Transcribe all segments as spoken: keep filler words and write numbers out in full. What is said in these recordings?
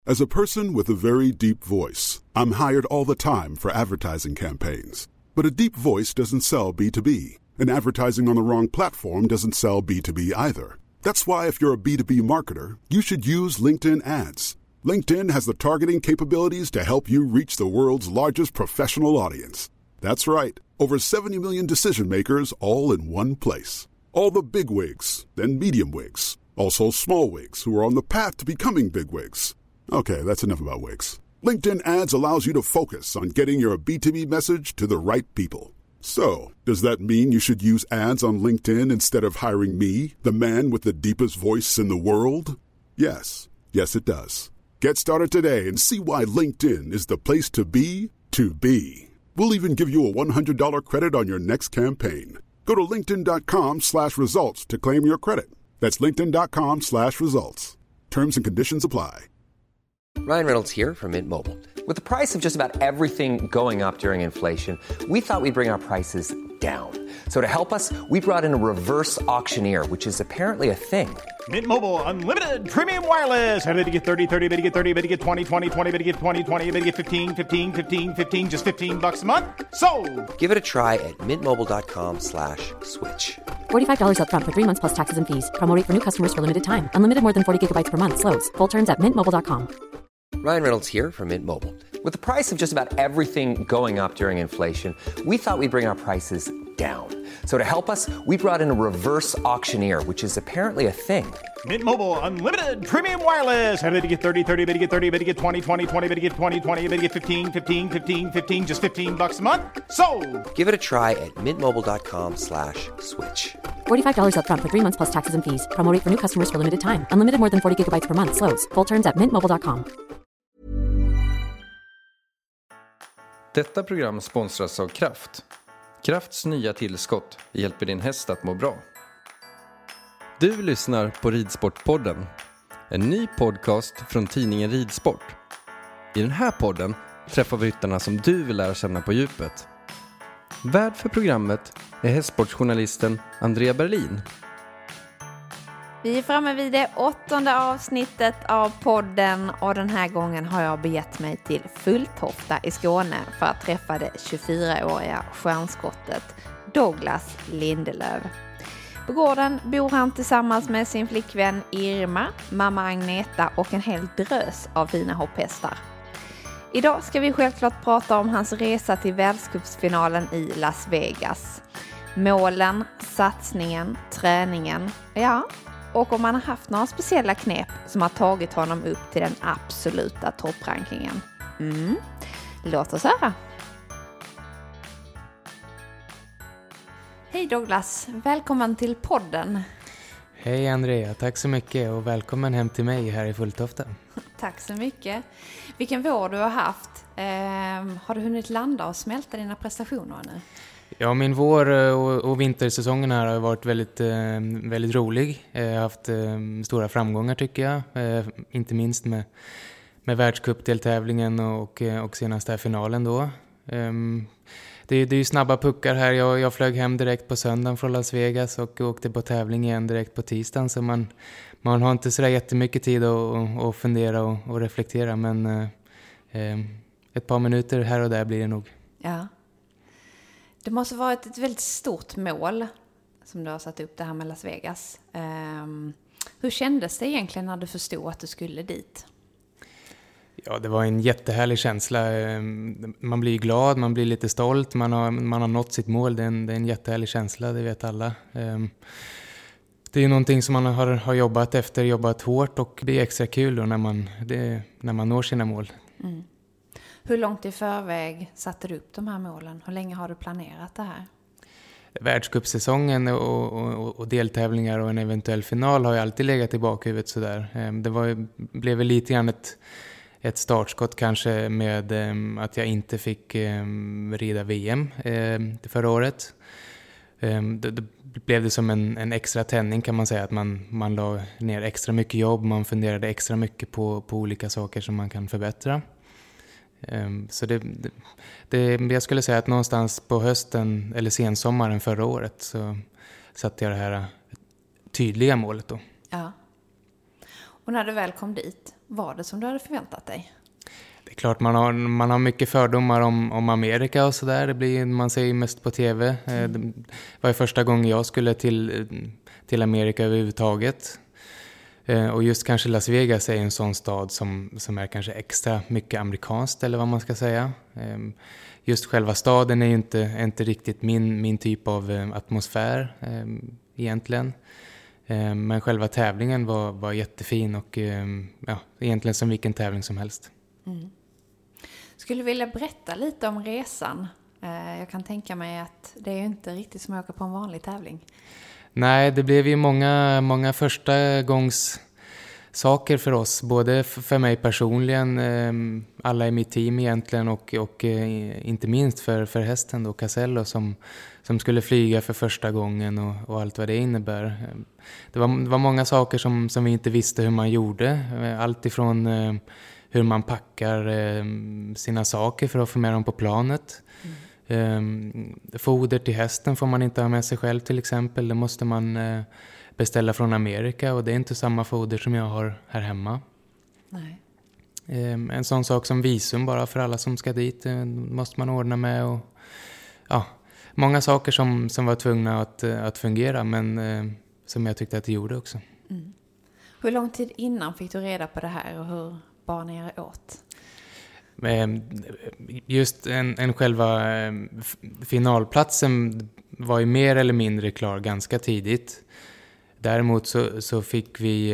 As a person with a very deep voice, I'm hired all the time for advertising campaigns. But a deep voice doesn't sell B two B, and advertising on the wrong platform doesn't sell B two B either. That's why if you're a B two B marketer, you should use LinkedIn ads. LinkedIn has the targeting capabilities to help you reach the world's largest professional audience. That's right, over seventy million decision makers all in one place. All the big wigs, then medium wigs, also small wigs who are on the path to becoming big wigs. Okay, that's enough about wigs. LinkedIn ads allows you to focus on getting your B two B message to the right people. So, does that mean you should use ads on LinkedIn instead of hiring me, the man with the deepest voice in the world? Yes. Yes, it does. Get started today and see why LinkedIn is the place to be to be. We'll even give you a one hundred dollars credit on your next campaign. Go to linkedin.com slash results to claim your credit. That's linkedin.com slash results. Terms and conditions apply. Ryan Reynolds here from Mint Mobile. With the price of just about everything going up during inflation, we thought we'd bring our prices down. So to help us, we brought in a reverse auctioneer, which is apparently a thing. Mint Mobile Unlimited Premium Wireless. How to get thirty, thirty, how to get thirty, how to get twenty, twenty, twenty, how to get twenty, twenty, how to get fifteen, fifteen, fifteen, fifteen, just fifteen bucks a month? Sold! Give it a try at mintmobile.com slash switch. forty-five dollars up front for three months plus taxes and fees. Promo rate for new customers for limited time. Unlimited more than forty gigabytes per month. Slows full terms at mint mobile dot com. Ryan Reynolds here from Mint Mobile. With the price of just about everything going up during inflation, we thought we'd bring our prices down. So to help us, we brought in a reverse auctioneer, which is apparently a thing. Mint Mobile Unlimited Premium Wireless. How to get thirty, thirty, how to get thirty, how to get twenty, twenty, twenty, how to get twenty, twenty, how to get fifteen, fifteen, fifteen, fifteen, just fifteen bucks a month? Sold! Give it a try at mintmobile.com slash switch. forty-five dollars up front for three months plus taxes and fees. Promo rate for new customers for limited time. Unlimited more than forty gigabytes per month. Slows full terms at mint mobile dot com. Detta program sponsras av Kraft. Krafts nya tillskott hjälper din häst att må bra. Du lyssnar på Ridsportpodden, en ny podcast från tidningen Ridsport. I den här podden träffar vi ryttarna som du vill lära känna på djupet. Värd för programmet är hästsportjournalisten Andrea Berlin. Vi är framme vid det åttonde avsnittet av podden och den här gången har jag begett mig till Fulltofta i Skåne för att träffa det tjugofyraåriga stjärnskottet Douglas Lindelöf. På gården bor han tillsammans med sin flickvän Irma, mamma Agneta och en hel drös av fina hopphästar. Idag ska vi självklart prata om hans resa till världscupsfinalen i Las Vegas. Målen, satsningen, träningen, ja, och om han har haft några speciella knep som har tagit honom upp till den absoluta topprankingen. Mm. Låt oss höra. Hej Douglas, välkommen till podden. Hej Andrea, tack så mycket och välkommen hem till mig här i Fulltofta. Tack så mycket. Vilken vår du har haft. Eh, har du hunnit landa och smälta dina prestationer nu? Ja, min vår- och, och vintersäsongen här har varit väldigt, eh, väldigt rolig. Jag har haft eh, stora framgångar tycker jag. Eh, inte minst med, med världscupdeltävlingen och, och senast här finalen då. Eh, det, det är ju snabba puckar här. Jag, jag flög hem direkt på söndagen från Las Vegas och åkte på tävling igen direkt på tisdagen. Så man, man har inte sådär jättemycket tid att, att fundera och, och reflektera. Men eh, ett par minuter här och där blir det nog. Ja. Det måste vara ett, ett väldigt stort mål som du har satt upp det här med Las Vegas. Um, hur kändes det egentligen när du förstod att du skulle dit? Ja, det var en jättehärlig känsla. Man blir glad, man blir lite stolt, man har, man har nått sitt mål. Det är, en, det är en jättehärlig känsla, det vet alla. Det är någonting som man har, har jobbat efter, jobbat hårt och det är extra kul då när man, det, när man når sina mål. Mm. Hur långt i förväg satte du upp de här målen? Hur länge har du planerat det här? Världscupsäsongen och, och, och deltävlingar och en eventuell final har ju alltid legat i bakhuvudet sådär. Det var, blev väl lite grann ett, ett startskott kanske med um, att jag inte fick um, rida V M um, förra året. Um, det, det blev det som en, en extra tändning kan man säga, att man, man la ner extra mycket jobb, man funderade extra mycket på, på olika saker som man kan förbättra. Um, så det, det, det, jag skulle säga att någonstans på hösten eller sensommaren förra året så satte jag det här tydliga målet då. Ja. Och när du väl kom dit, var det som du hade förväntat dig? Det är klart man har, man har mycket fördomar om, om Amerika och sådär. Det blir, man ser ju mest på tv. Mm. Det var ju första gången jag skulle till, till Amerika överhuvudtaget. Och just kanske Las Vegas är en sån stad som, som är kanske extra mycket amerikanskt eller vad man ska säga. Just själva staden är ju inte, inte riktigt min, min typ av atmosfär egentligen. Men själva tävlingen var, var jättefin och ja, egentligen som vilken tävling som helst. Mm. Skulle du vilja berätta lite om resan? Jag kan tänka mig att det är ju inte riktigt som att åka på en vanlig tävling. Nej, det blev ju många, många första gångs saker för oss. Både för mig personligen, alla i mitt team egentligen och, och inte minst för, för hästen då, Casello som, som skulle flyga för första gången och, och allt vad det innebär. Det var, det var många saker som, som vi inte visste hur man gjorde. Allt ifrån hur man packar sina saker för att få med dem på planet. Mm. Um, foder till hästen får man inte ha med sig själv till exempel. Det måste man uh, beställa från Amerika och det är inte samma foder som jag har här hemma. Nej. Um, en sån sak som visum bara för alla som ska dit uh, måste man ordna med. Och, ja, många saker som, som var tvungna att, uh, att fungera men uh, som jag tyckte att det gjorde också. Mm. Hur lång tid innan fick du reda på det här och hur bar ni er åt? Just en, en själva finalplatsen var ju mer eller mindre klar ganska tidigt. Däremot så, så fick vi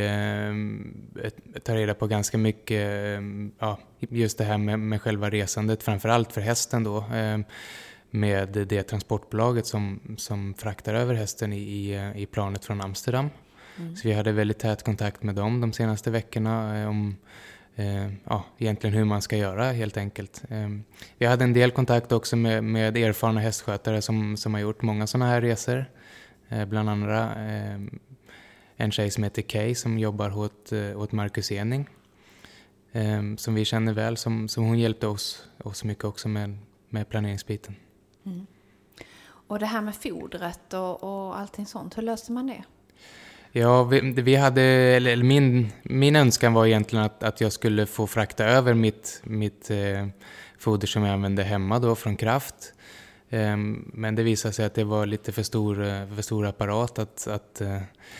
eh, ta reda på ganska mycket, eh, ja, just det här med, med själva resandet, framförallt för hästen då, eh, med det transportbolaget som, som fraktar över hästen i, i planet från Amsterdam. Mm. Så vi hade väldigt tät kontakt med dem de senaste veckorna eh, om Eh, ja, egentligen hur man ska göra helt enkelt. Eh, vi hade en del kontakt också med, med erfarna hästskötare som, som har gjort många sådana här resor. Eh, bland andra eh, en tjej som heter Kay som jobbar åt, åt Marcus Ening. Eh, som vi känner väl, som, som hon hjälpte oss, oss mycket också med, med planeringsbiten. Mm. Och det här med fodret och, och allting sånt, hur löste man det? Ja, vi, vi hade, eller min, min önskan var egentligen att, att jag skulle få frakta över mitt, mitt eh, foder som jag använde hemma då från Kraft. Eh, men det visade sig att det var lite för stor, för stor apparat att, att, eh,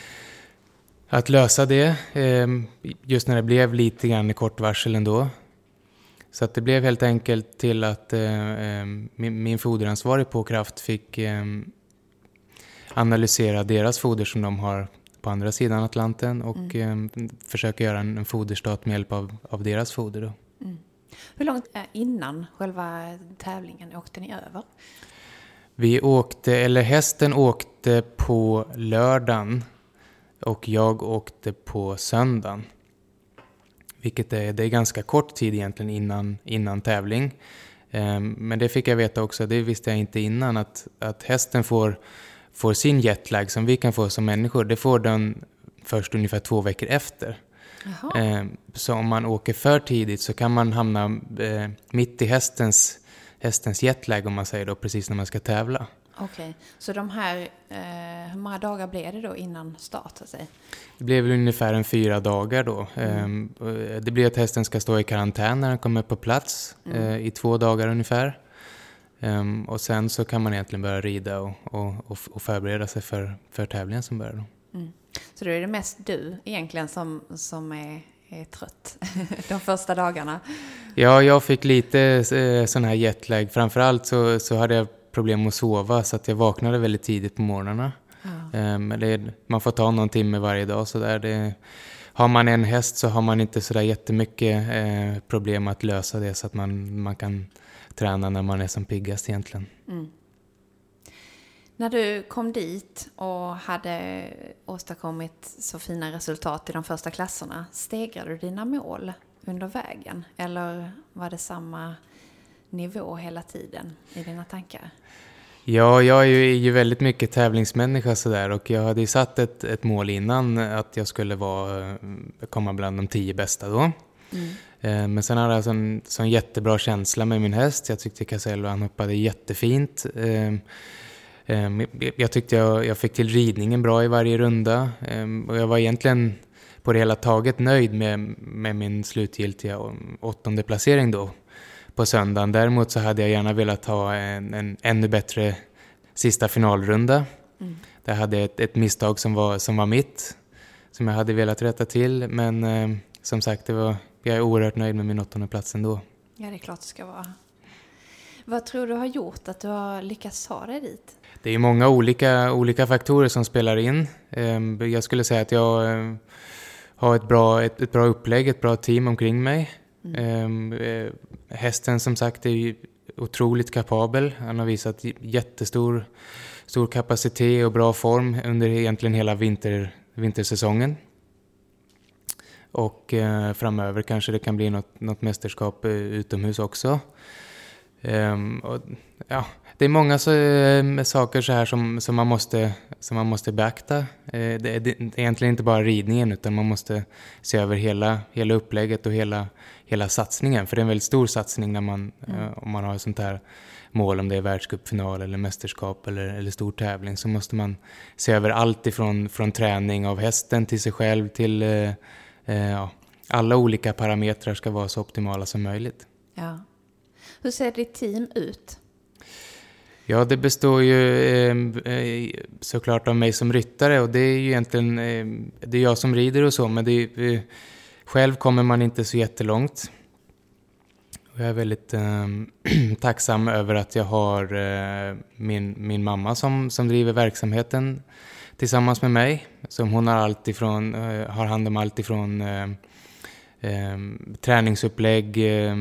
att lösa det. Eh, just när det blev lite grann i kort varsel ändå. Så att det blev helt enkelt till att eh, min, min foderansvarig på Kraft fick eh, analysera deras foder som de har på andra sidan Atlanten och mm. eh, försöka göra en, en foderstat med hjälp av, av deras foder då. Mm. Hur långt innan själva tävlingen åkte ni över? Vi åkte, eller hästen åkte på lördagen och jag åkte på söndagen. Vilket är, det är ganska kort tid egentligen innan, innan tävling. Eh, men det fick jag veta också, det visste jag inte innan, att, att hästen får får sin jetlag som vi kan få som människor, det får den först ungefär två veckor efter. Eh, så om man åker för tidigt så kan man hamna eh, mitt i hästens, hästens jetlag om man säger då, precis när man ska tävla. Okej, okay. Så de här, eh, hur många dagar blev det då innan start så att säga? Det blev ungefär en fyra dagar då. Mm. Eh, det blir att hästen ska stå i karantän när den kommer på plats mm. eh, i två dagar ungefär. Um, och sen så kan man egentligen börja rida och, och, och förbereda sig för, för tävlingen som börjar då. Mm. Så då är det mest du egentligen som, som är, är trött de första dagarna? Ja, jag fick lite eh, sån här jetlag. Framförallt så, så hade jag problem att sova så att jag vaknade väldigt tidigt på morgnarna. Ja. Um, det, man får ta någon timme varje dag så där. Det, har man en häst så har man inte så där jättemycket eh, problem att lösa det så att man, man kan träna när man är som piggast egentligen. Mm. När du kom dit och hade åstadkommit så fina resultat i de första klasserna, stegrade du dina mål under vägen? Eller var det samma nivå hela tiden i dina tankar? Ja, jag är ju, är ju väldigt mycket tävlingsmänniska sådär och jag hade ju satt ett, ett mål innan att jag skulle vara, komma bland de tio bästa då. Mm. Men sen hade jag en sån jättebra känsla med min häst. Jag tyckte Casello han hoppade jättefint. Jag tyckte jag, jag fick till ridningen bra i varje runda. Och jag var egentligen på det hela taget nöjd med, med min slutgiltiga åttonde placering då på söndagen. Däremot så hade jag gärna velat ha en, en ännu bättre sista finalrunda. Mm. Där hade jag ett, ett misstag som var, som var mitt, som jag hade velat rätta till. Men eh, som sagt, det var, jag är oerhört nöjd med min åttonde plats ändå. Ja, det är klart det ska vara. Vad tror du har gjort att du har lyckats ta dig dit? Det är många olika, olika faktorer som spelar in. Eh, jag skulle säga att jag eh, har ett bra, ett, ett bra upplägg, ett bra team omkring mig. Mm. Eh, hästen som sagt är ju otroligt kapabel. Han har visat jättestor stor kapacitet och bra form under egentligen hela vinter, vintersäsongen. Och eh, framöver kanske det kan bli något, något mästerskap eh, utomhus också. Um, och, ja, det är många så, eh, saker så här som, som, man måste, som man måste beakta. Eh, det, är, det är egentligen inte bara ridningen, utan man måste se över hela, hela upplägget och hela, hela satsningen. För det är en väldigt stor satsning när man, mm. eh, om man har ett sånt här mål, om det är världscupfinal eller mästerskap eller, eller stor tävling, så måste man se över allt ifrån från träning av hästen till sig själv till eh, eh, ja, alla olika parametrar ska vara så optimala som möjligt. Ja. Hur ser ditt team ut? Ja, det består ju eh, såklart av mig som ryttare, och det är ju egentligen eh, det är jag som rider och så, men det är, eh, själv kommer man inte så jättelångt. Jag är väldigt eh, tacksam över att jag har eh, min, min mamma som, som driver verksamheten tillsammans med mig. Som hon har, allt ifrån, eh, har hand om allt ifrån eh, eh, träningsupplägg, eh,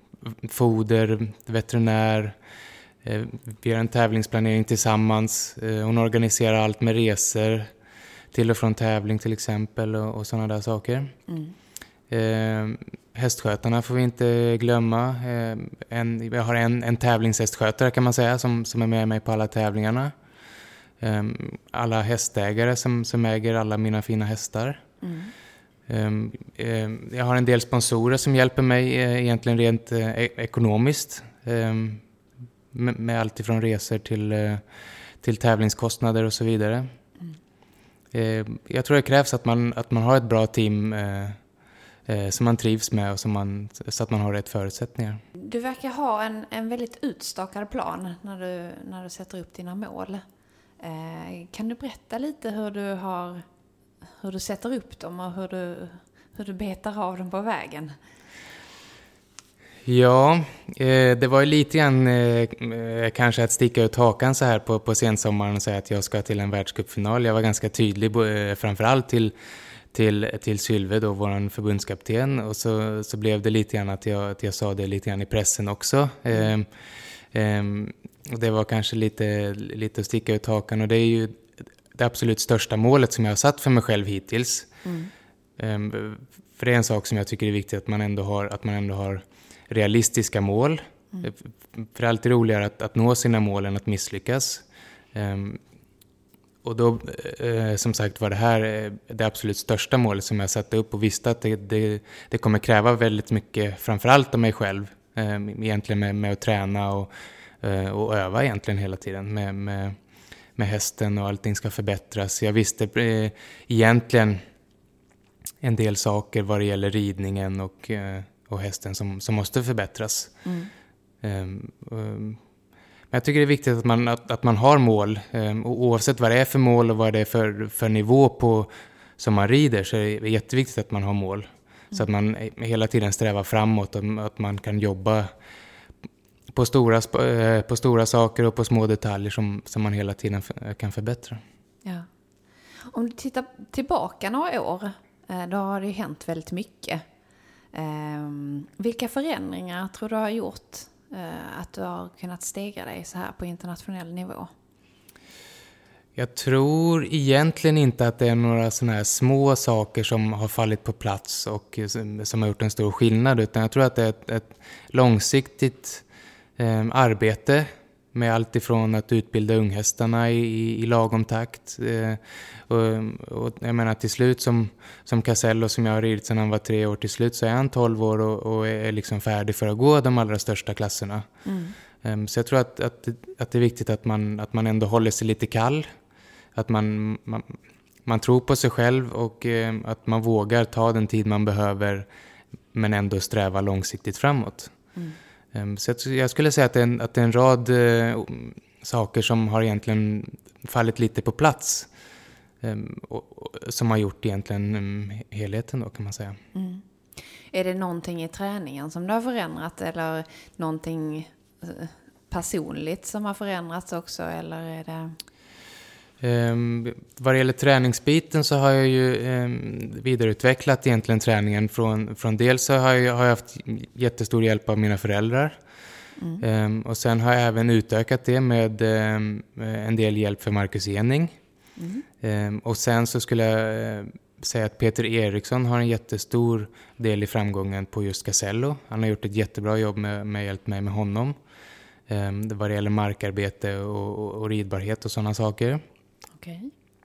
foder, veterinär. Eh, vi gör en tävlingsplanering tillsammans. Eh, hon organiserar allt med resor till och från tävling till exempel och, och sådana där saker. Mm. Eh, hästskötarna får vi inte glömma. Eh, en, jag har en, en tävlingshästskötare kan man säga som, som är med mig på alla tävlingarna. Eh, alla hästägare som, som äger alla mina fina hästar. Mm. Eh, eh, jag har en del sponsorer som hjälper mig eh, egentligen rent eh, ekonomiskt. Eh, med, med allt ifrån resor till, eh, till tävlingskostnader och så vidare. Mm. Eh, jag tror det krävs att man, att man har ett bra team eh, som man trivs med och som man, så att man har rätt förutsättningar. Du verkar ha en, en väldigt utstakad plan när du, när du sätter upp dina mål. Eh, kan du berätta lite hur du, har, hur du sätter upp dem och hur du, hur du betar av dem på vägen? Ja, eh, det var ju lite grann eh, kanske att sticka ut hakan så här på, på sensommaren och säga att jag ska till en världscupfinal. Jag var ganska tydlig eh, framförallt till till, till Sylve då, våran förbundskapten, och så, så blev det lite grann att jag, att jag sa det lite grann i pressen också. Mm. Eh, eh, och det var kanske lite, lite att sticka ut hakan, och det är ju det absolut största målet som jag har satt för mig själv hittills. Mm. Eh, för det är en sak som jag tycker är viktigt, att man ändå har, att man ändå har realistiska mål. Mm. För det är alltid roligare att, att nå sina mål än att misslyckas. Eh, Och då, eh, som sagt, var det här eh, det absolut största målet som jag satte upp, och visste att det, det, det kommer kräva väldigt mycket, framförallt av mig själv, eh, egentligen med, med att träna och, eh, och öva egentligen hela tiden med, med, med hästen, och allting ska förbättras. Jag visste eh, egentligen en del saker vad det gäller ridningen och, eh, och hästen som, som måste förbättras. Mm. Eh, eh, Men jag tycker det är viktigt att man, att, att man har mål, eh, oavsett vad det är för mål och vad det är för, för nivå på, som man rider, så är det jätteviktigt att man har mål. Mm. Så att man hela tiden strävar framåt, och att man kan jobba på stora, eh, på stora saker och på små detaljer som, som man hela tiden för, kan förbättra. Ja. Om du tittar tillbaka några år, eh, då har det hänt väldigt mycket. Eh, vilka förändringar tror du har gjort att du har kunnat stegra dig så här på internationell nivå? Jag tror egentligen inte att det är några såna här små saker som har fallit på plats och som har gjort en stor skillnad, utan jag tror att det är ett, ett långsiktigt eh, arbete med allt ifrån att utbilda unghästarna i, i, i lagom takt. Eh, och, och jag menar till slut som, som Casello, som jag har ridit sedan han var tre år, till slut så är han tolv år och, och är liksom färdig för att gå de allra största klasserna. Mm. Um, så jag tror att, att, att det är viktigt att man, att man ändå håller sig lite kall. Att man, man, man tror på sig själv och eh, att man vågar ta den tid man behöver men ändå sträva långsiktigt framåt. Mm. Um, så jag, jag skulle säga att det är en, att det är en rad uh, saker som har egentligen fallit lite på plats um, och, och, som har gjort egentligen um, helheten då, kan man säga. Mm. Är det någonting i träningen som du har förändrat eller någonting personligt som har förändrats också, eller är det... Um, vad det gäller träningsbiten så har jag ju um, vidareutvecklat egentligen träningen från, från dels så har jag, har jag haft jättestor hjälp av mina föräldrar. Mm. Um, och sen har jag även utökat det med um, en del hjälp för Marcus Ening. Mm. Um, och sen så skulle jag uh, säga att Peter Eriksson har en jättestor del i framgången på just Casello. Han har gjort ett jättebra jobb med, med hjälp med, med honom. Um, vad det gäller markarbete och, och, och ridbarhet och sådana saker. Okay.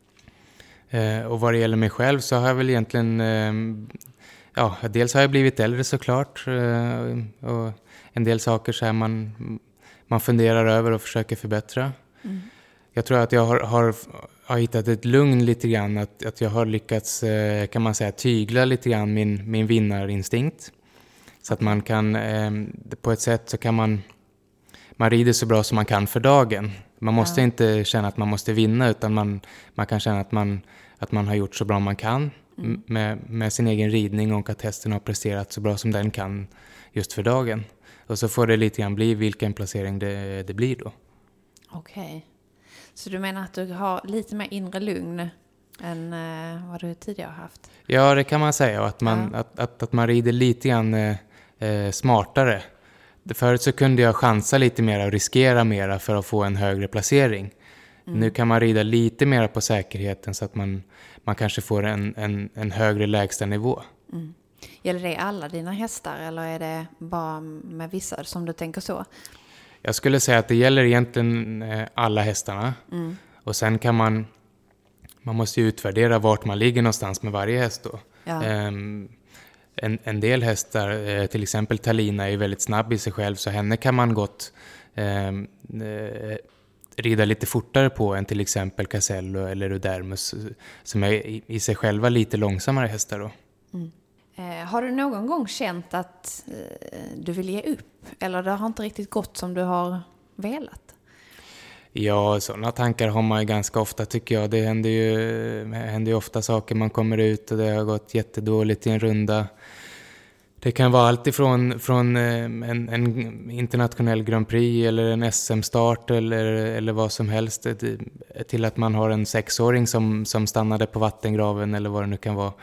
Eh, och vad det gäller mig själv så har jag väl egentligen, eh, ja, dels har jag blivit äldre såklart eh, och en del saker så här man, man funderar över och försöker förbättra. Mm. Jag tror att jag har, har, har hittat ett lugn lite grann, att, att jag har lyckats, eh, kan man säga, tygla lite grann min, min vinnarinstinkt. Så att man kan, eh, på ett sätt så kan man, man rider så bra som man kan för dagen. Man måste ja. inte känna att man måste vinna, utan man, man kan känna att man, att man har gjort så bra man kan mm. med, med sin egen ridning, och att hästen har presterat så bra som den kan just för dagen. Och så får det lite grann bli vilken placering det, det blir då. Okej. Okay. Så du menar att du har lite mer inre lugn än eh, vad du tidigare har haft? Ja, det kan man säga. Och att, man, ja. att, att, att man rider lite grann eh, smartare. Förut så kunde jag chansa lite mer och riskera mera för att få en högre placering. Mm. Nu kan man rida lite mer på säkerheten så att man, man kanske får en, en, en högre lägsta nivå. Mm. Gäller det alla dina hästar eller är det bara med vissa som du tänker så? Jag skulle säga att det gäller egentligen alla hästarna. Mm. Och sen kan man, man måste ju utvärdera vart man ligger någonstans med varje häst då. Ja. Um, En, en del hästar, eh, till exempel Talina, är väldigt snabb i sig själv, så henne kan man gott eh, eh, rida lite fortare på än till exempel Casello eller Rudermus, som är i, i sig själva lite långsammare hästar då. Mm. Eh, har du någon gång känt att eh, du vill ge upp? Eller det har inte riktigt gått som du har velat? Ja, sådana tankar har man ju ganska ofta, tycker jag. Det händer ju, händer ju ofta saker, man kommer ut och det har gått jättedåligt i en runda. Det kan vara allt ifrån från en, en internationell Grand Prix eller en S M-start eller, eller vad som helst, till att man har en sexåring som, som stannade på vattengraven eller vad det nu kan vara.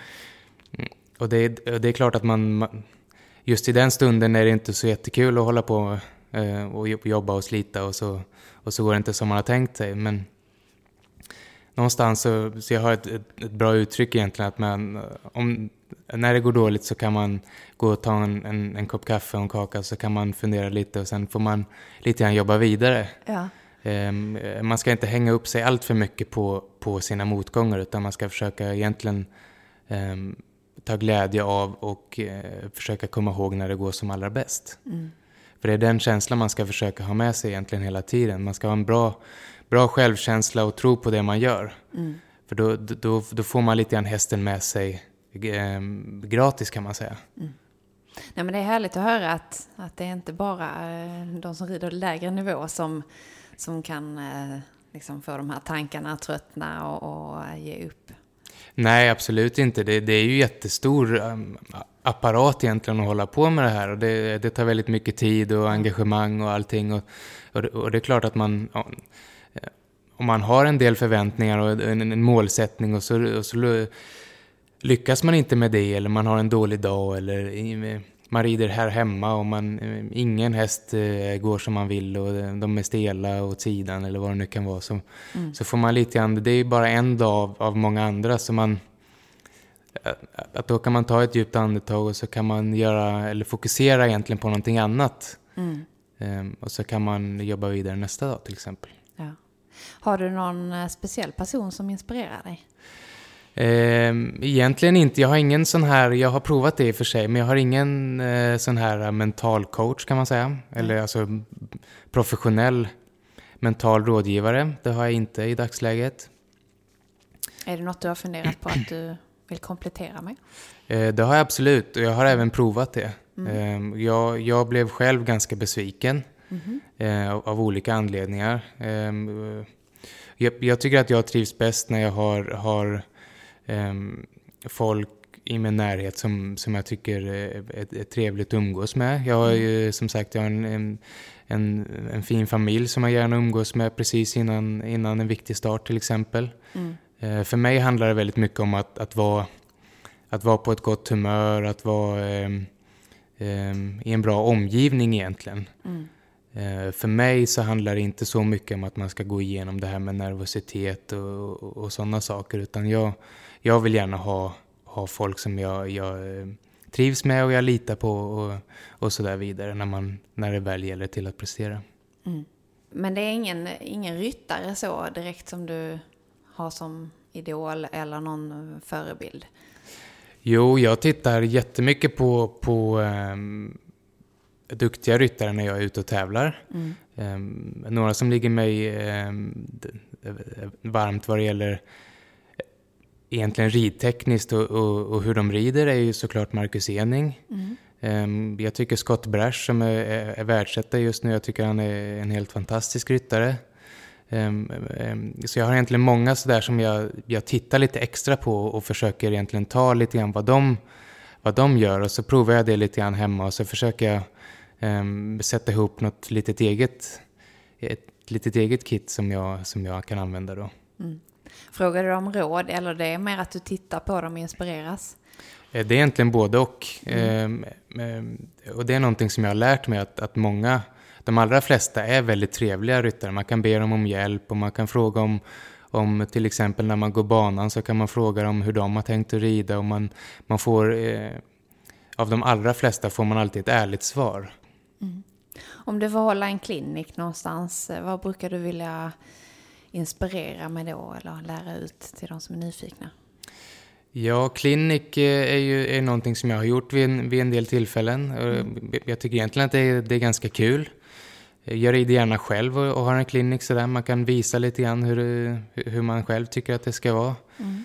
Och det, det är klart att man, just i den stunden är det inte så jättekul att hålla på och jobba och slita och så, och så går det inte som man har tänkt sig. Men någonstans så, så jag har ett, ett, ett bra uttryck egentligen, att man, om, när det går dåligt så kan man gå och ta en, en, en kopp kaffe och en kaka, så kan man fundera lite och sen får man lite grann jobba vidare. Ja. Um, man ska inte hänga upp sig allt för mycket på, på sina motgångar, utan man ska försöka egentligen um, ta glädje av och uh, försöka komma ihåg när det går som allra bäst. Mm. För det är den känslan man ska försöka ha med sig egentligen hela tiden. Man ska ha en bra, bra självkänsla och tro på det man gör. Mm. För då, då, då får man lite grann hästen med sig eh, gratis, kan man säga. Mm. Nej, men det är härligt att höra att, att det är inte bara eh, de som rider lägre nivå som, som kan eh, liksom få de här tankarna att tröttna och, och ge upp. Nej, absolut inte. Det, det är ju jättestor um, apparat egentligen att hålla på med det här. Och det, det tar väldigt mycket tid och engagemang och allting. Och, och, och det är klart att man, om man har en del förväntningar och en, en målsättning och så, och så lyckas man inte med det, eller man har en dålig dag, eller man rider här hemma och man, ingen häst går som man vill och de är stela åt sidan eller vad det nu kan vara, så, mm. så får man lite grann, det är ju bara en dag av, av många andra, så man, att då kan man ta ett djupt andetag och så kan man göra, eller fokusera egentligen på någonting annat. Mm. Um, och så kan man jobba vidare nästa dag till exempel. Ja. Har du någon speciell person som inspirerar dig? Um, egentligen inte. Jag har ingen sån här, jag har provat det i och för sig, men jag har ingen uh, sån här mental coach, kan man säga. Mm. Eller alltså professionell mental rådgivare. Det har jag inte i dagsläget. Är det något du har funderat på att du vill komplettera med? Eh, det har jag absolut, och jag har även provat det. Mm. Eh, jag, jag blev själv ganska besviken mm. eh, av, av olika anledningar. Eh, jag, jag tycker att jag trivs bäst när jag har, har eh, folk i min närhet som, som jag tycker är, är trevligt att umgås med. Jag har ju som sagt jag har en, en, en, en fin familj som jag gärna umgås med precis innan, innan en viktig start till exempel. Mm. Eh, för mig handlar det väldigt mycket om att, att, vara, att vara på ett gott humör, att vara eh, eh, i en bra omgivning egentligen. Mm. Eh, för mig så handlar det inte så mycket om att man ska gå igenom det här med nervositet och, och, och sådana saker, utan jag, jag vill gärna ha ha folk som jag, jag trivs med och jag litar på och, och så där vidare när, man, när det väl gäller till att prestera. Mm. Men det är ingen, ingen ryttare så direkt som du har som idol eller någon förebild? Jo, jag tittar jättemycket på, på um, duktiga ryttare när jag är ute och tävlar. Mm. Um, några som ligger mig um, varmt vad det gäller egentligen ridtekniskt och, och, och hur de rider är ju såklart Marcus Ening. Mm. Um, jag tycker Scott Brash som är, är, är världsetta just nu, jag tycker han är en helt fantastisk ryttare. Um, um, så jag har egentligen många sådär som jag, jag tittar lite extra på och försöker egentligen ta lite grann vad de, vad de gör, och så provar jag det lite grann hemma och så försöker jag um, sätta ihop något litet eget, ett litet eget kit som jag, som jag kan använda då. Mm. Frågar du om råd eller det är mer att du tittar på dem och inspireras? Det är egentligen både och. Mm. Och det är någonting som jag har lärt mig att, att många, de allra flesta är väldigt trevliga ryttare. Man kan be dem om hjälp och man kan fråga om, om till exempel när man går banan så kan man fråga dem hur de har tänkt att rida. Och man, man får, eh, av de allra flesta får man alltid ett ärligt svar. Mm. Om du får hålla en klinik någonstans, vad brukar du vilja inspirera med då eller lära ut till de som är nyfikna? Ja, klinik är ju är någonting som jag har gjort vid en, vid en del tillfällen. Mm. Jag tycker egentligen att det är, det är ganska kul. Jag rider gärna själv och, och har en klinik så där man kan visa lite grann hur, hur man själv tycker att det ska vara. Mm.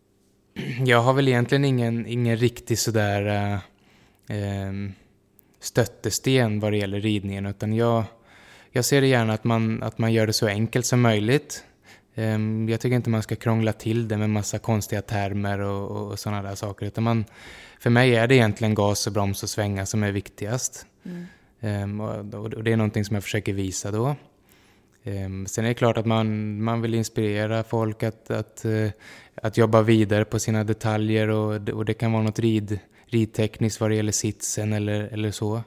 Jag har väl egentligen ingen, ingen riktig sådär äh, stöttesten vad det gäller ridningen, utan jag Jag ser det gärna att man, att man gör det så enkelt som möjligt. Um, jag tycker inte man ska krångla till det med massa konstiga termer och, och, och sådana där saker. Utan man, för mig är det egentligen gas och broms och svänga som är viktigast. Mm. Um, och, och det är någonting som jag försöker visa då. Um, sen är det klart att man, man vill inspirera folk att, att, uh, att jobba vidare på sina detaljer. Och, och det kan vara något rid, ridtekniskt vad det gäller sitsen eller, eller så.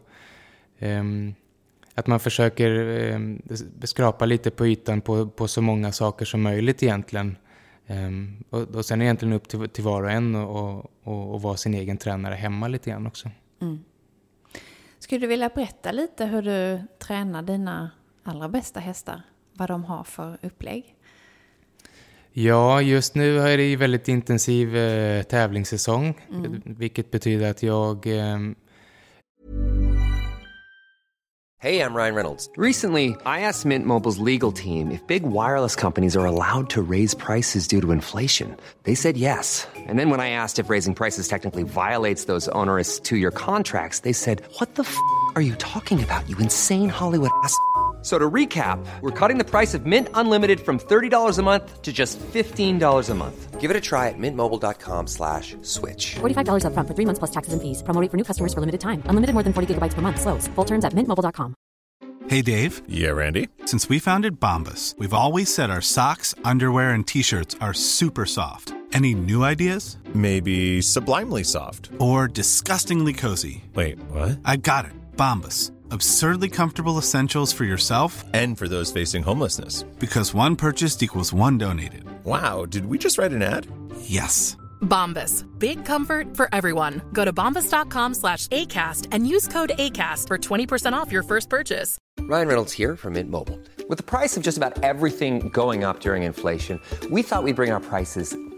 Um, Att man försöker eh, skrapa lite på ytan på, på så många saker som möjligt egentligen. Um, och, och sen är det egentligen upp till, till var och en och, och, och vara sin egen tränare hemma lite grann också. Mm. Skulle du vilja berätta lite hur du tränar dina allra bästa hästar? Vad de har för upplägg? Ja, just nu är det ju väldigt intensiv eh, tävlingssäsong. Mm. Vilket betyder att jag... Eh, Hey, I'm Ryan Reynolds. Recently, I asked Mint Mobile's legal team if big wireless companies are allowed to raise prices due to inflation. They said yes. And then when I asked if raising prices technically violates those onerous two-year contracts, they said, what the f*** are you talking about, you insane Hollywood ass f- So to recap, we're cutting the price of Mint Unlimited from thirty dollars a month to just fifteen dollars a month. Give it a try at mintmobile.com slash switch. forty-five dollars up front for three months plus taxes and fees. Promo rate for new customers for limited time. Unlimited more than forty gigabytes per month. Slows full terms at mint mobile dot com. Hey, Dave. Yeah, Randy. Since we founded Bombas, we've always said our socks, underwear, and T-shirts are super soft. Any new ideas? Maybe sublimely soft. Or disgustingly cozy. Wait, what? I got it. Bombas. Absurdly comfortable essentials for yourself and for those facing homelessness. Because one purchased equals one donated. Wow, did we just write an ad? Yes. Bombas. Big comfort for everyone. Go to bombas.com slash ACAST and use code ACAST for twenty percent off your first purchase. Ryan Reynolds here from Mint Mobile. With the price of just about everything going up during inflation, we thought we'd bring our prices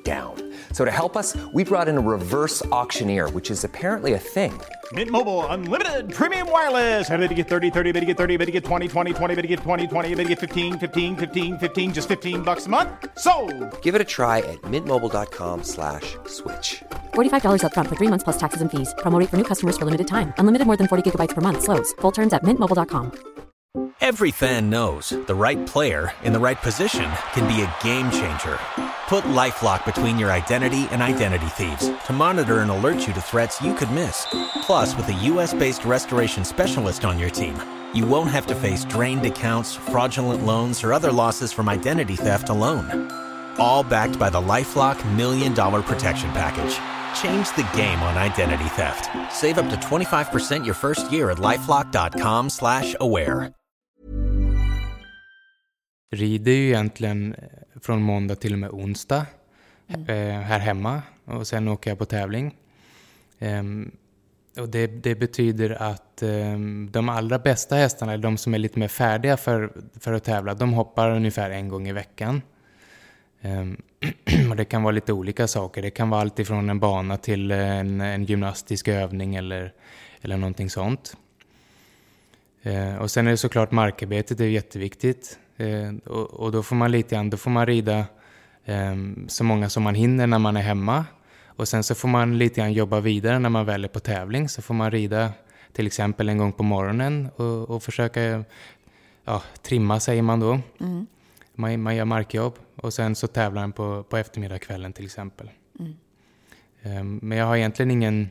down. So to help us, we brought in a reverse auctioneer, which is apparently a thing. Mint Mobile Unlimited Premium Wireless. How to get thirty, thirty, how to get thirty, how to get twenty, twenty, twenty, how to get twenty, twenty, how to get fifteen, fifteen, fifteen, fifteen, just fifteen bucks a month? Sold! Give it a try at mintmobile.com slash switch. forty-five dollars up front for three months plus taxes and fees. Promo rate for new customers for limited time. Unlimited more than forty gigabytes per month slows. Full terms at mint mobile dot com. Every fan knows the right player in the right position can be a game changer. Put LifeLock between your identity and identity thieves to monitor and alert you to threats you could miss. Plus, with a U S-based restoration specialist on your team, you won't have to face drained accounts, fraudulent loans, or other losses from identity theft alone. All backed by the LifeLock Million Dollar Protection Package. Change the game on identity theft. Save up to twenty-five percent your first year at LifeLock.com slash aware. Rider ju egentligen från måndag till och med onsdag mm. eh, här hemma. Och sen åker jag på tävling. Um, och det, det betyder att um, de allra bästa hästarna, de som är lite mer färdiga för, för att tävla, de hoppar ungefär en gång i veckan. Um, och det kan vara lite olika saker. Det kan vara allt ifrån en bana till en, en gymnastisk övning eller, eller någonting sånt. Uh, och sen är det såklart markarbetet, det är jätteviktigt. Uh, och, och då får man lite grann, då får man rida um, så många som man hinner när man är hemma. Och sen så får man lite grann jobba vidare när man väl är på tävling. Så får man rida till exempel en gång på morgonen och, och försöka ja, trimma, säger man då. Mm. Man, man gör markjobb och sen så tävlar man på, på eftermiddagskvällen till exempel. Mm. Um, men jag har egentligen ingen,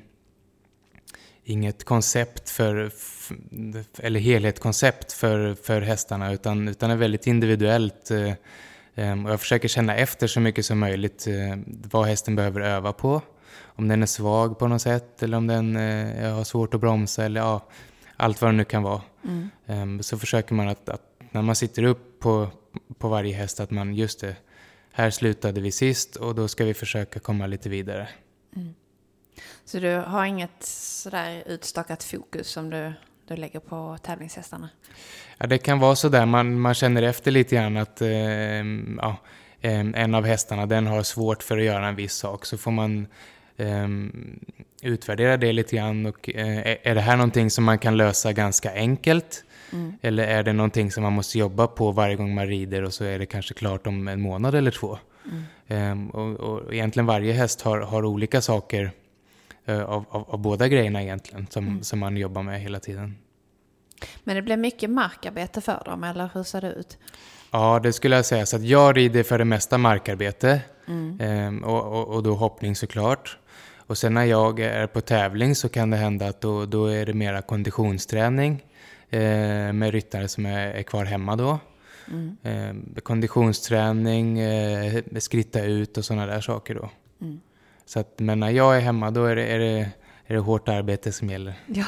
inget koncept för, eller helhetskoncept för, för hästarna utan, utan är väldigt individuellt. Uh, um, och jag försöker känna efter så mycket som möjligt uh, vad hästen behöver öva på. Om den är svag på något sätt eller om den uh, har svårt att bromsa eller ja, allt vad det nu kan vara. Mm. Um, så försöker man att, att när man sitter upp på på varje häst att man just det, här slutade vi sist och då ska vi försöka komma lite vidare. Mm. Så du har inget sådär utstakat fokus som du, du lägger på tävlingshästarna? Ja, det kan vara så där. Man, man känner efter lite grann att eh, ja, en av hästarna den har svårt för att göra en viss sak. Så får man eh, utvärdera det lite grann. Och, eh, är det här någonting som man kan lösa ganska enkelt? Mm. Eller är det någonting som man måste jobba på varje gång man rider och så är det kanske klart om en månad eller två. Mm. Um, och, och egentligen varje häst har, har olika saker uh, av, av, av båda grejerna egentligen som, mm. som man jobbar med hela tiden. Men det blir mycket markarbete för dem, eller hur ser det ut? Ja, det skulle jag säga. Så att jag rider för det mesta markarbete mm. um, och, och, och då hoppning såklart. Och sen när jag är på tävling så kan det hända att då, då är det mera konditionsträning. Eh, med ryttare som är, är kvar hemma då. Mm. Eh, konditionsträning, eh, skritta ut och sådana där saker då. Mm. Så att, men när jag är hemma då är det, är det, är det hårt arbete som gäller. Ja.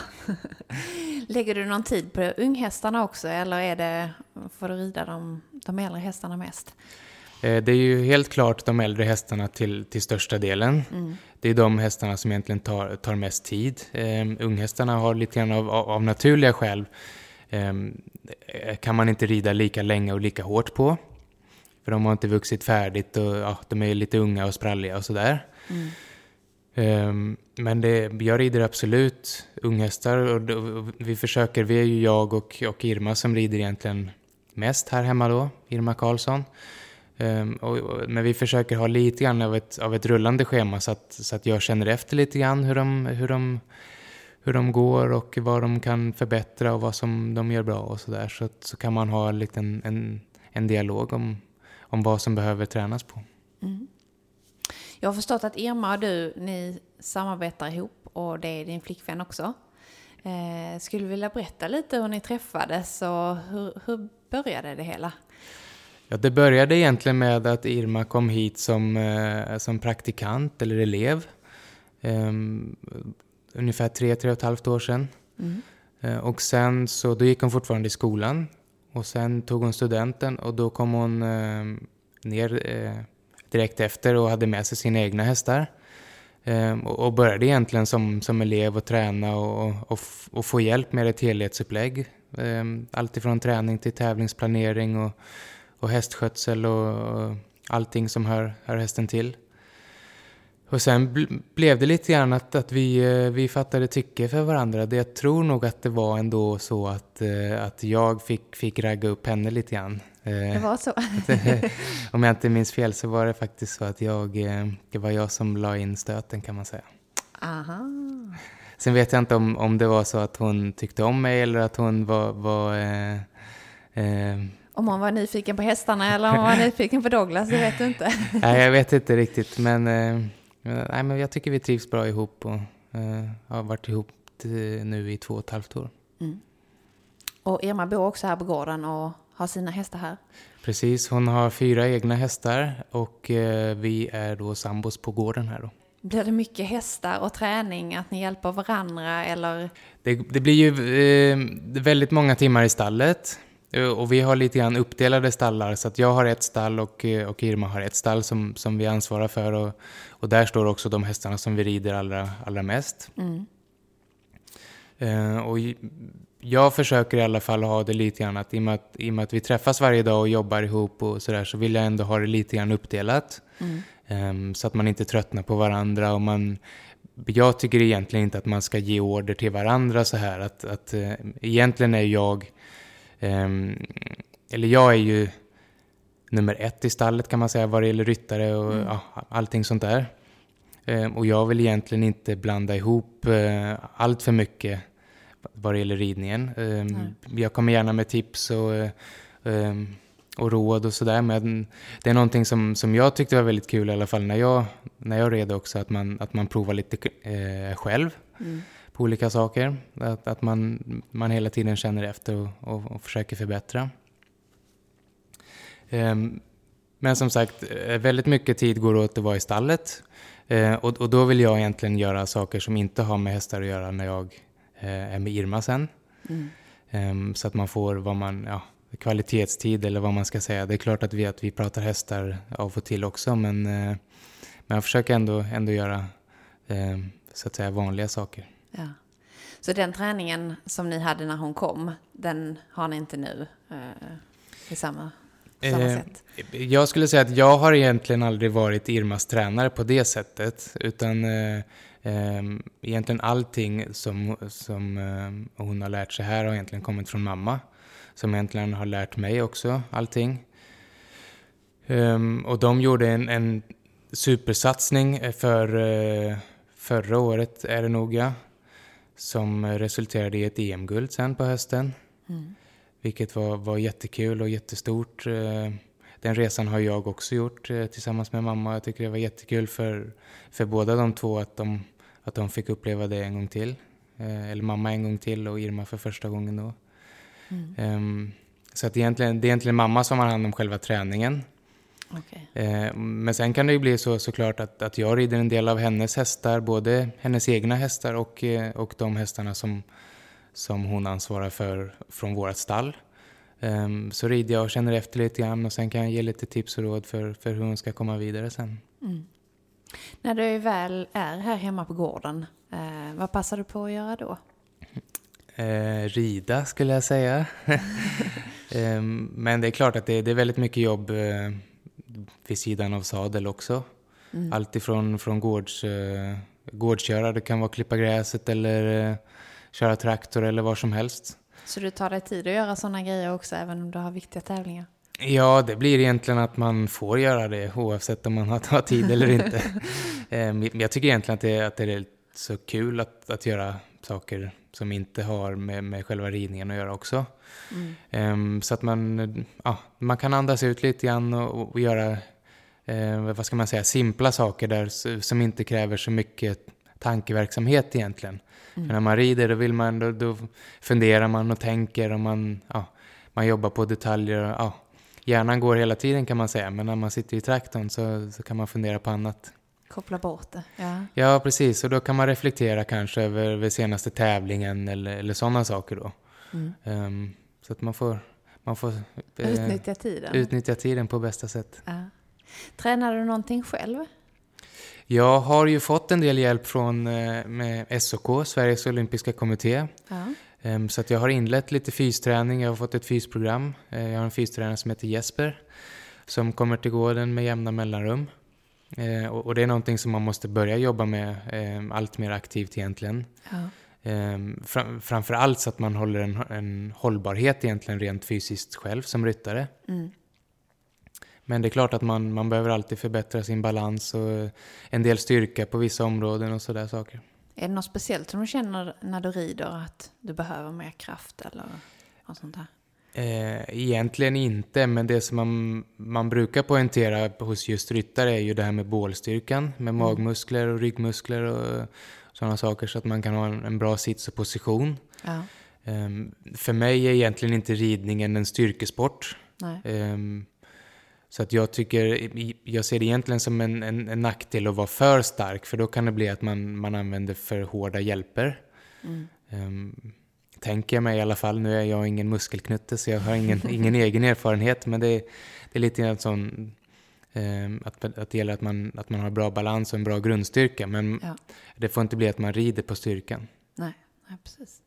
Lägger du någon tid på unghästarna också eller är det, får du rida de, de äldre hästarna mest? Eh, det är ju helt klart de äldre hästarna till, till största delen. Mm. Det är de hästarna som egentligen tar, tar mest tid. Eh, unghästarna har lite grann av, av, av naturliga skäl eh, kan man inte rida lika länge och lika hårt på. För de har inte vuxit färdigt och ja, de är lite unga och spralliga och sådär. Mm. Eh, men det, jag rider absolut unghästar och, och vi försöker, vi är ju jag och, och Irma som rider egentligen mest här hemma då, Irma Karlsson. Um, och, och, men vi försöker ha lite grann av ett, av ett rullande schema så att, så att jag känner efter lite grann hur de, hur, de, hur de går och vad de kan förbättra och vad som de gör bra och sådär. Så, så kan man ha en, liten, en, en dialog om, om vad som behöver tränas på. Mm. Jag har förstått att Irma och du, ni samarbetar ihop och det är din flickvän också. Eh, skulle du vilja berätta lite hur ni träffades och hur, hur började det hela? Ja, det började egentligen med att Irma kom hit som, eh, som praktikant eller elev. Um, ungefär tre, tre och ett halvt år sedan. Mm. Uh, och sen så, då gick hon fortfarande i skolan. Och sen tog hon studenten och då kom hon uh, ner uh, direkt efter och hade med sig sina egna hästar. Um, och, och började egentligen som, som elev och träna och, och, och få hjälp med ett helhetsupplägg. Um, allt ifrån träning till tävlingsplanering och och hästskötsel och allting som hör, hör hästen till. Och sen bl- blev det lite grann att, att vi, vi fattade tycke för varandra. Det, jag tror nog att det var ändå så att, att jag fick, fick ragga upp henne lite grann. Det var så. Om jag inte minns fel så var det faktiskt så att jag, det var jag som la in stöten, kan man säga. Aha. Sen vet jag inte om, om det var så att hon tyckte om mig eller att hon var... var eh, eh, om hon var nyfiken på hästarna eller om hon var nyfiken på Douglas, det vet du inte. Nej, jag vet inte riktigt. Men, eh, nej, men jag tycker vi trivs bra ihop och eh, har varit ihop till, nu i två och ett halvt år. Mm. Och Irma bor också här på gården och har sina hästar här. Precis, hon har fyra egna hästar och eh, vi är då sambos på gården här då. Blir det mycket hästar och träning, att ni hjälper varandra eller? Det, det blir ju eh, väldigt många timmar i stallet och vi har lite grann uppdelade stallar, så att jag har ett stall och, och Irma har ett stall som, som vi ansvarar för och, och där står också de hästarna som vi rider allra, allra mest. Mm. Eh, och jag försöker i alla fall ha det lite grann att i och med att, i och med att vi träffas varje dag och jobbar ihop och sådär, så vill jag ändå ha det lite grann uppdelat. Mm. Um, så att man inte tröttnar på varandra och man, jag tycker egentligen inte att man ska ge order till varandra så här att, att uh, egentligen är jag um, eller jag är ju nummer ett i stallet, kan man säga, vad det gäller ryttare och mm. ja, allting sånt där. Um, och jag vill egentligen inte blanda ihop uh, allt för mycket vad det gäller ridningen. Um, mm. Jag kommer gärna med tips och uh, um, och råd och sådär, men det är någonting som, som jag tyckte var väldigt kul i alla fall när jag, när jag red också, att man, att man provar lite eh, själv mm. på olika saker, att, att man, man hela tiden känner efter och, och, och försöker förbättra. Um, men som sagt, väldigt mycket tid går åt att vara i stallet uh, och, och då vill jag egentligen göra saker som inte har med hästar att göra när jag uh, är med Irma sen. Mm. Um, så att man får vad man... Ja, kvalitetstid eller vad man ska säga. Det är klart att vi, att vi pratar hästar av och till också, men, eh, men jag försöker ändå, ändå göra eh, så att säga vanliga saker. Ja. Så den träningen som ni hade när hon kom, den har ni inte nu eh, i samma, samma eh, sätt? Jag skulle säga att jag har egentligen aldrig varit Irmas tränare på det sättet, utan eh, eh, egentligen allting som, som eh, hon har lärt sig här har egentligen kommit från mamma, som egentligen har lärt mig också allting. Um, och de gjorde en, en supersatsning för uh, förra året, är det nog, ja, som resulterade i ett E M-guld sen på hösten. Mm. Vilket var, var jättekul och jättestort. Uh, den resan har jag också gjort uh, tillsammans med mamma. Jag tycker det var jättekul för, för båda de två att de, att de fick uppleva det en gång till. Uh, eller mamma en gång till och Irma för första gången då. Mm. Um, så att egentligen, det är egentligen mamma som har hand om själva träningen. Okay. Uh, men sen kan det ju bli så såklart att, att jag rider en del av hennes hästar, både hennes egna hästar och, och de hästarna som, som hon ansvarar för från vårt stall. Um, så rider jag och känner efter lite grann och sen kan jag ge lite tips och råd för, för hur hon ska komma vidare sen. Mm. När du väl är här hemma på gården, eh, vad passar du på att göra då? Eh, rida skulle jag säga. eh, men det är klart att det, det är väldigt mycket jobb eh, vid sidan av sadel också. Mm. Allt ifrån från gårds, eh, gårdsköra, det kan vara klippa gräset eller eh, köra traktor eller vad som helst. Så du tar dig tid att göra sådana grejer också även om du har viktiga tävlingar? Ja, det blir egentligen att man får göra det oavsett om man har, har tid eller inte. eh, jag tycker egentligen att det, att det är så kul att, att göra saker som inte har med, med själva ridningen att göra också. Mm. Um, så att man, ja, man kan andas ut lite grann och, och göra uh, vad ska man säga, simpla saker där som inte kräver så mycket tankeverksamhet egentligen. Mm. För när man rider då, vill man, då, då funderar man och tänker och man, ja, man jobbar på detaljer. Och, ja, hjärnan går hela tiden kan man säga, men när man sitter i traktorn så, så kan man fundera på annat. Koppla bort det, ja. Ja, precis. Och då kan man reflektera kanske över, över senaste tävlingen eller, eller sådana saker då. Mm. Um, så att man får, man får eh, utnyttja tiden. Utnyttja tiden på bästa sätt. Ja. Tränar du någonting själv? Jag har ju fått en del hjälp från eh, med S O K, Sveriges olympiska kommitté. Ja. Um, så att jag har inlett lite fysträning. Jag har fått ett fysprogram. Uh, jag har en fystränare som heter Jesper som kommer till gården med jämna mellanrum. Eh, och, och det är någonting som man måste börja jobba med eh, allt mer aktivt egentligen. Ja. Eh, fram, framförallt så att man håller en, en hållbarhet egentligen rent fysiskt själv som ryttare. Mm. Men det är klart att man, man behöver alltid förbättra sin balans och en del styrka på vissa områden och sådär saker. Är det något speciellt som du känner när du rider att du behöver mer kraft eller något sånt här? Eh, egentligen inte, men det som man, man brukar poängtera hos just ryttare är ju det här med bålstyrkan, med mm. magmuskler och ryggmuskler och sådana saker så att man kan ha en, en bra sits och position. Ja. Eh, för mig är egentligen inte ridningen en styrkesport. Nej. Eh, så att jag tycker, jag ser det egentligen som en, en, en nackdel att vara för stark, för då kan det bli att man, man använder för hårda hjälper. Mm. Eh, Tänker jag mig i alla fall. Nu är jag ingen muskelknutte så jag har ingen, ingen egen erfarenhet. Men det, det är lite en sån eh, att, att det gäller att man, att man har bra balans och en bra grundstyrka. Men ja. Det får inte bli att man rider på styrkan. Nej, nej precis.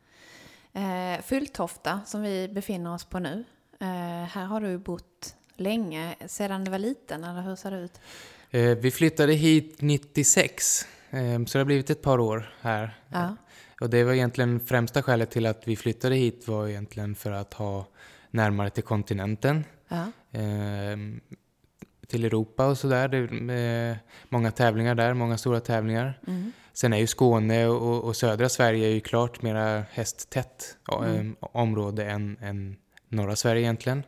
Eh, Fulltofta som vi befinner oss på nu. Eh, här har du bott länge. Sedan du var liten, eller hur ser det ut? Eh, vi flyttade hit nittiosex. Eh, så det har blivit ett par år här. Ja. Och det var egentligen främsta skälet till att vi flyttade hit var egentligen för att ha närmare till kontinenten. Ja. Eh, till Europa och sådär. Det är många tävlingar där, många stora tävlingar. Mm. Sen är ju Skåne och, och södra Sverige är ju klart mera hästtätt mm. eh, område än, än norra Sverige egentligen.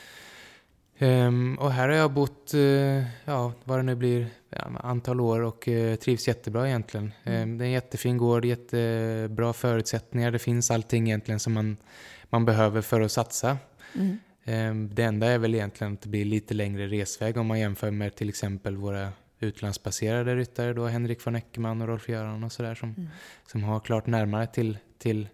Um, och här har jag bott, uh, ja, vad det nu blir, ja, antal år och uh, trivs jättebra egentligen. Mm. Um, det är en jättefin gård, jättebra förutsättningar. Det finns allting egentligen som man, man behöver för att satsa. Mm. Um, det enda är väl egentligen att det blir lite längre resväg om man jämför med till exempel våra utlandsbaserade ryttare, då Henrik von Eckermann och Rolf Göran och sådär som, mm. som har klart närmare till, till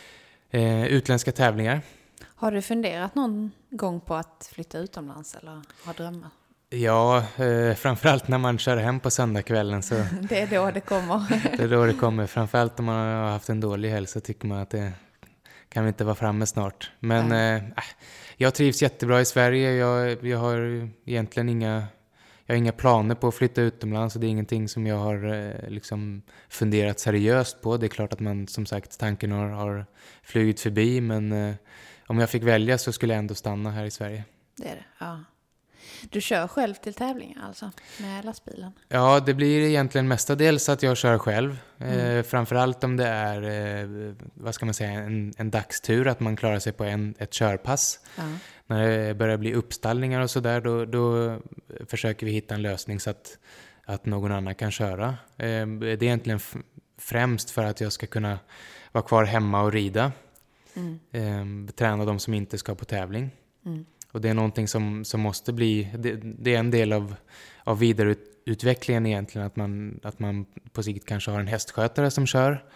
uh, utländska tävlingar. Har du funderat någon gång på att flytta utomlands eller har drömmar? Ja, eh, framförallt när man kör hem på söndagskvällen. Så det är då det kommer. Det är då det kommer. Framförallt om man har haft en dålig helg så tycker man att det kan vi inte vara framme snart. Men eh, jag trivs jättebra i Sverige. Jag, jag har egentligen inga, jag har inga planer på att flytta utomlands. Och det är ingenting som jag har eh, liksom funderat seriöst på. Det är klart att man, som sagt, tanken har, har flugit förbi. Men eh, om jag fick välja så skulle jag ändå stanna här i Sverige. Det är det, ja. Du kör själv till tävlingar alltså, med lastbilen? Ja, det blir egentligen mestadels att jag kör själv. Mm. Eh, framförallt om det är, eh, vad ska man säga, en, en dagstur, att man klarar sig på en, ett körpass. Ja. När det börjar bli uppstallningar och sådär, då, då försöker vi hitta en lösning så att, att någon annan kan köra. Eh, det är egentligen f- främst för att jag ska kunna vara kvar hemma och rida. Mm. Eh, träna de som inte ska på tävling. Mm. Och det är någonting som, som måste bli, det, det är en del av, av vidareutvecklingen egentligen, att man, att man på sikt kanske har en hästskötare som kör.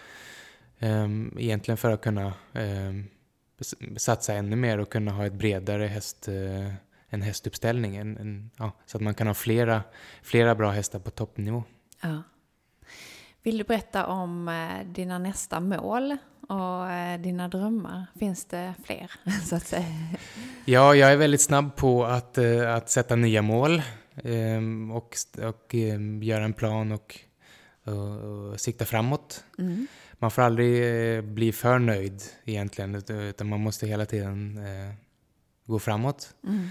Um, egentligen för att kunna um, satsa ännu mer och kunna ha ett bredare häst, uh, en hästuppställning. En, en, ja, så att man kan ha flera, flera bra hästar på toppnivå. Ja. Vill du berätta om uh, dina nästa mål? Och eh, dina drömmar, finns det fler så att säga? Ja, jag är väldigt snabb på att, eh, att sätta nya mål eh, och, och eh, göra en plan och, och, och sikta framåt. Mm. Man får aldrig eh, bli för nöjd egentligen, utan man måste hela tiden eh, gå framåt. Mm.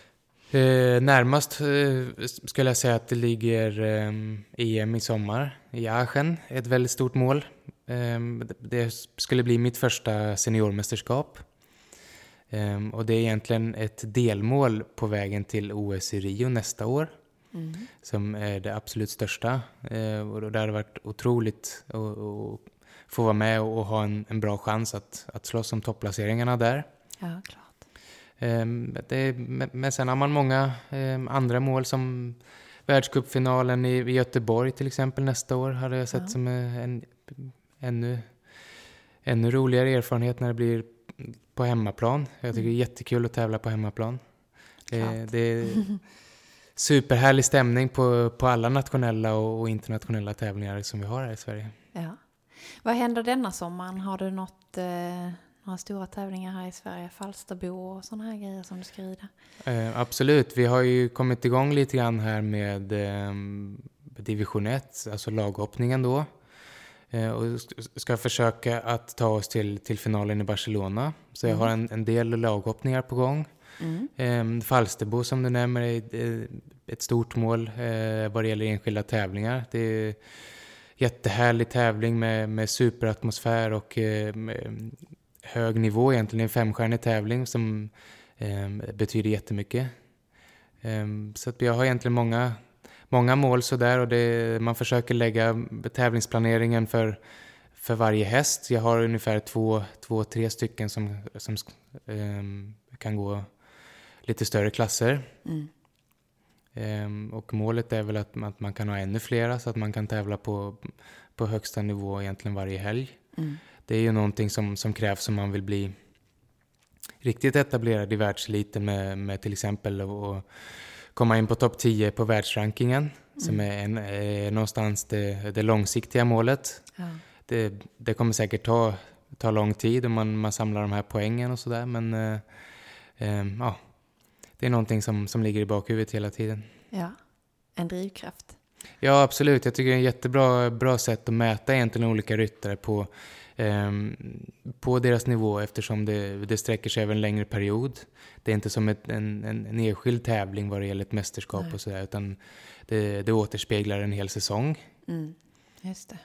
Eh, närmast eh, skulle jag säga att det ligger eh, E M i sommar i Aachen, ett väldigt stort mål. Det skulle bli mitt första seniormästerskap. Och det är egentligen ett delmål på vägen till O S i Rio nästa år. Mm. Som är det absolut största. Och det har varit otroligt att få vara med och ha en, en bra chans att, att slåss om topplaceringarna där. Ja, klart. Det, men sen har man många andra mål som världscupfinalen i, i Göteborg till exempel nästa år. Hade jag sett ja. som en Ännu, ännu roligare erfarenhet när det blir på hemmaplan. Jag tycker mm. det är jättekul att tävla på hemmaplan. Det, det är superhärlig stämning på, på alla nationella och, och internationella tävlingar som vi har här i Sverige. Ja. Vad händer denna sommaren? Har du något, eh, några stora tävlingar här i Sverige, Falsterbo och sådana här grejer som du ska rida? Eh, absolut, vi har ju kommit igång lite grann här med eh, division ett, alltså laghoppningen då. Eh, och ska försöka att ta oss till, till finalen i Barcelona. Så jag Mm. har en, en del laghoppningar på gång. Mm. Eh, Falsterbo som du nämner är ett stort mål eh, vad det gäller enskilda tävlingar. Det är jättehärlig tävling med, med superatmosfär och eh, med hög nivå egentligen. En femstjärnig tävling som eh, betyder jättemycket. Eh, så att jag har egentligen många, många mål så där, och det, man försöker lägga tävlingsplaneringen för, för varje häst. Jag har ungefär två, två tre stycken som, som eh, kan gå lite större klasser. Mm. Um, och målet är väl att, att man kan ha ännu flera så att man kan tävla på, på högsta nivå egentligen varje helg. Mm. Det är ju någonting som, som krävs om man vill bli riktigt etablerad i världseliten med, med till exempel att komma in på topp tio på världsrankingen, mm. som är, en, är någonstans det, det långsiktiga målet. Ja. Det, det kommer säkert ta, ta lång tid om man, man samlar de här poängen och sådär, men uh, um, ja. Det är någonting som, som ligger i bakhuvudet hela tiden. Ja, en drivkraft. Ja, absolut. Jag tycker det är ett jättebra bra sätt att mäta egentligen olika ryttare på, eh, på deras nivå, eftersom det, det sträcker sig över en längre period. Det är inte som ett, en, en, en enskild tävling vad det gäller ett mästerskap. Nej. Och sådär, utan det, det återspeglar en hel säsong. Mm, just det.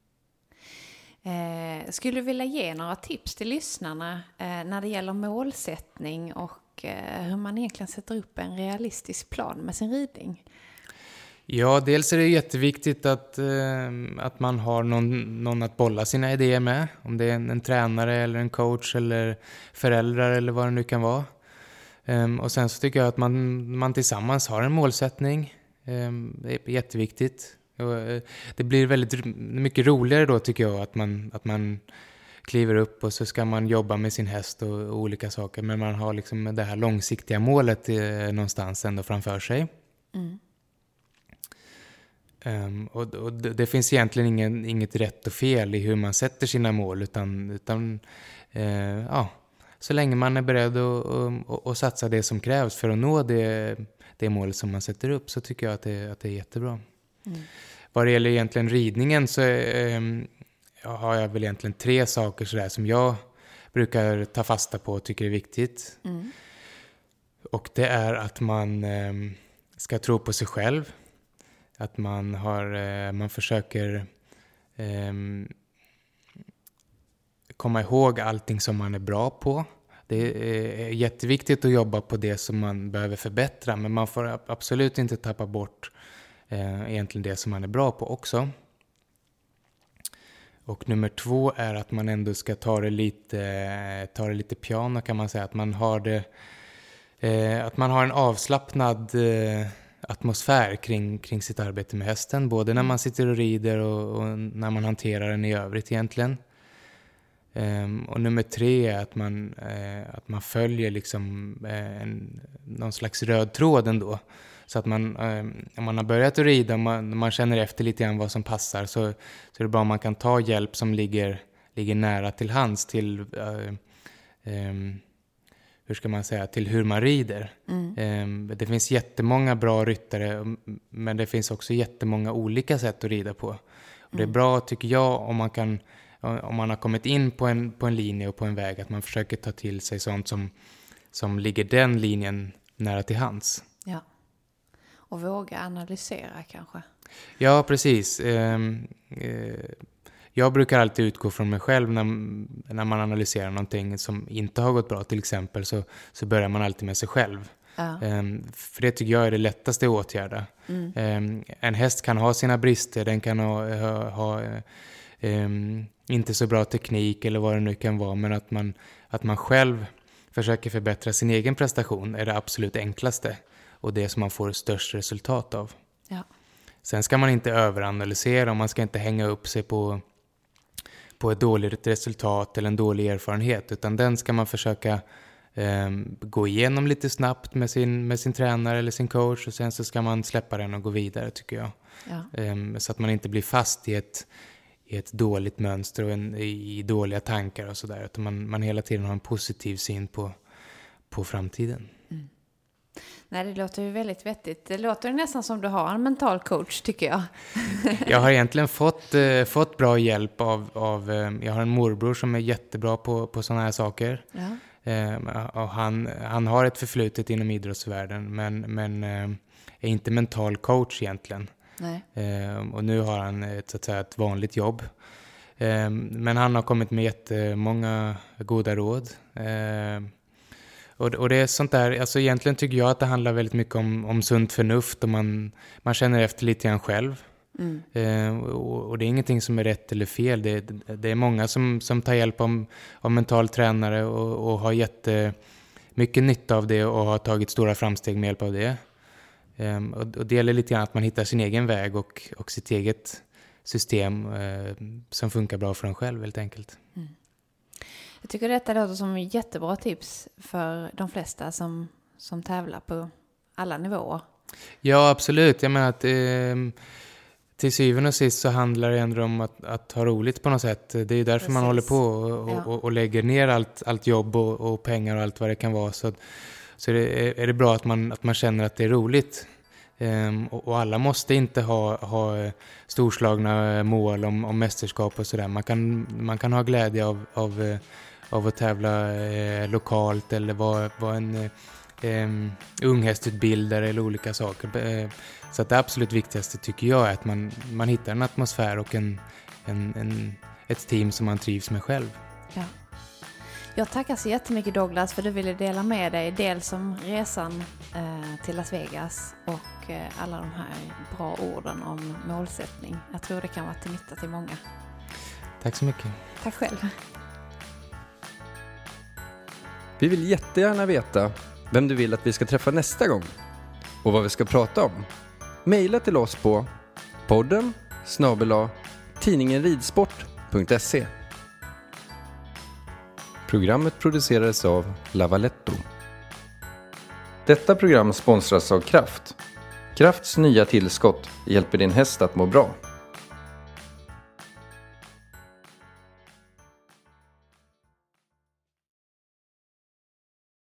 Eh, skulle du vilja ge några tips till lyssnarna eh, när det gäller målsättning och hur man egentligen sätter upp en realistisk plan med sin ridning? Ja, dels är det jätteviktigt att, eh, att man har någon, någon att bolla sina idéer med. Om det är en, en tränare eller en coach eller föräldrar eller vad det nu kan vara. Um, och sen så tycker jag att man, man tillsammans har en målsättning. Um, det är jätteviktigt. Och, uh, det blir väldigt mycket roligare då tycker jag att man... Att man kliver upp och så ska man jobba med sin häst och, och olika saker. Men man har liksom det här långsiktiga målet eh, någonstans ändå framför sig. Mm. Um, och och det, det finns egentligen ingen, inget rätt och fel i hur man sätter sina mål. Utan, utan eh, ja, så länge man är beredd att och, och, och satsa det som krävs för att nå det, det målet som man sätter upp, så tycker jag att det, att det är jättebra. Mm. Vad det gäller egentligen ridningen så eh, jag har jag väl egentligen tre saker sådär som jag brukar ta fasta på och tycker är viktigt. Mm. Och det är att man eh, ska tro på sig själv. Att man, har, eh, man försöker eh, komma ihåg allting som man är bra på. Det är jätteviktigt att jobba på det som man behöver förbättra. Men man får absolut inte tappa bort eh, egentligen det som man är bra på också. Och nummer två är att man ändå ska ta det lite, ta det lite piano kan man säga. Att man har, det, eh, att man har en avslappnad eh, atmosfär kring, kring sitt arbete med hästen. Både när man sitter och rider och, och när man hanterar den i övrigt egentligen. Um, och nummer tre är att man, eh, att man följer liksom, eh, en, någon slags röd tråd ändå. Så att man, eh, om man har börjat att rida och man, man känner efter lite grann vad som passar, så, så är det bra om man kan ta hjälp som ligger, ligger nära till hands till, eh, eh, hur ska man säga, till hur man rider. Mm. Eh, det finns jättemånga bra ryttare, men det finns också jättemånga olika sätt att rida på. Och det är bra, tycker jag, om man kan, om man har kommit in på en, på en linje och på en väg, att man försöker ta till sig sånt som, som ligger den linjen nära till hands. Ja. Och våga analysera kanske. Ja, precis. Eh, eh, jag brukar alltid utgå från mig själv när, när man analyserar någonting som inte har gått bra till exempel, så, så börjar man alltid med sig själv. Ja. Eh, för det tycker jag är det lättaste att åtgärda. Mm. Eh, en häst kan ha sina brister, den kan ha, ha, ha eh, inte så bra teknik eller vad det nu kan vara, men att man, att man själv försöker förbättra sin egen prestation är det absolut enklaste. Och det som man får störst resultat av. Ja. Sen ska man inte överanalysera och man ska inte hänga upp sig på, på ett dåligt resultat eller en dålig erfarenhet. Utan den ska man försöka eh, gå igenom lite snabbt med sin, med sin tränare eller sin coach. Och sen så ska man släppa den och gå vidare, tycker jag. Ja. Eh, så att man inte blir fast i ett, i ett dåligt mönster och en, i dåliga tankar och sådär. Utan man, man hela tiden har en positiv syn på, på framtiden. Mm. Nej, det låter ju väldigt vettigt. Det låter nästan som du har en mental coach, tycker jag. Jag har egentligen fått, eh, fått bra hjälp av, av eh, jag har en morbror som är jättebra på, på sådana här saker. Ja. Eh, och han, han har ett förflutet inom idrottsvärlden, men, men eh, är inte mental coach egentligen. Nej. Eh, och nu har han ett, så att säga, ett vanligt jobb. Eh, men han har kommit med jättemånga goda råd. Eh, och, och det är sånt där, alltså egentligen tycker jag att det handlar väldigt mycket om, om sunt förnuft och man, man känner efter lite grann själv. Mm. Eh, och, och det är ingenting som är rätt eller fel. Det, det är många som, som tar hjälp om, av mental tränare och, och har jättemycket nytta av det och har tagit stora framsteg med hjälp av det. Um, och, och det gäller lite grann att man hittar sin egen väg och, och sitt eget system uh, som funkar bra för en själv helt enkelt. Mm. Jag tycker detta låter som ett jättebra tips för de flesta som, som tävlar på alla nivåer. Ja, absolut. Jag menar att um, till syvende och sist så handlar det ändå om att, att ha roligt på något sätt. Det är ju därför Precis. man håller på och, ja. och, och lägger ner allt, allt jobb och, och pengar och allt vad det kan vara. Så Så det är, är det bra att man, att man känner att det är roligt. Um, och, och alla måste inte ha, ha storslagna mål om, om mästerskap och sådär. Man kan, man kan ha glädje av, av, av att tävla eh, lokalt eller vara, vara en eh, unghästutbildare eller olika saker. Eh, så att det absolut viktigaste tycker jag är att man, man hittar en atmosfär och en, en, en, ett team som man trivs med själv. Ja. Jag tackar så jättemycket Douglas för att du ville dela med dig dels om resan eh, till Las Vegas och eh, alla de här bra orden om målsättning. Jag tror det kan vara till nytta till många. Tack så mycket. Tack själv. Vi vill jättegärna veta vem du vill att vi ska träffa nästa gång och vad vi ska prata om. Maila till oss på podden snabel-a tidningen ridsport punkt se. Programmet producerades av Lavaletto. Detta program sponsras av Kraft. Krafts nya tillskott hjälper din häst att må bra.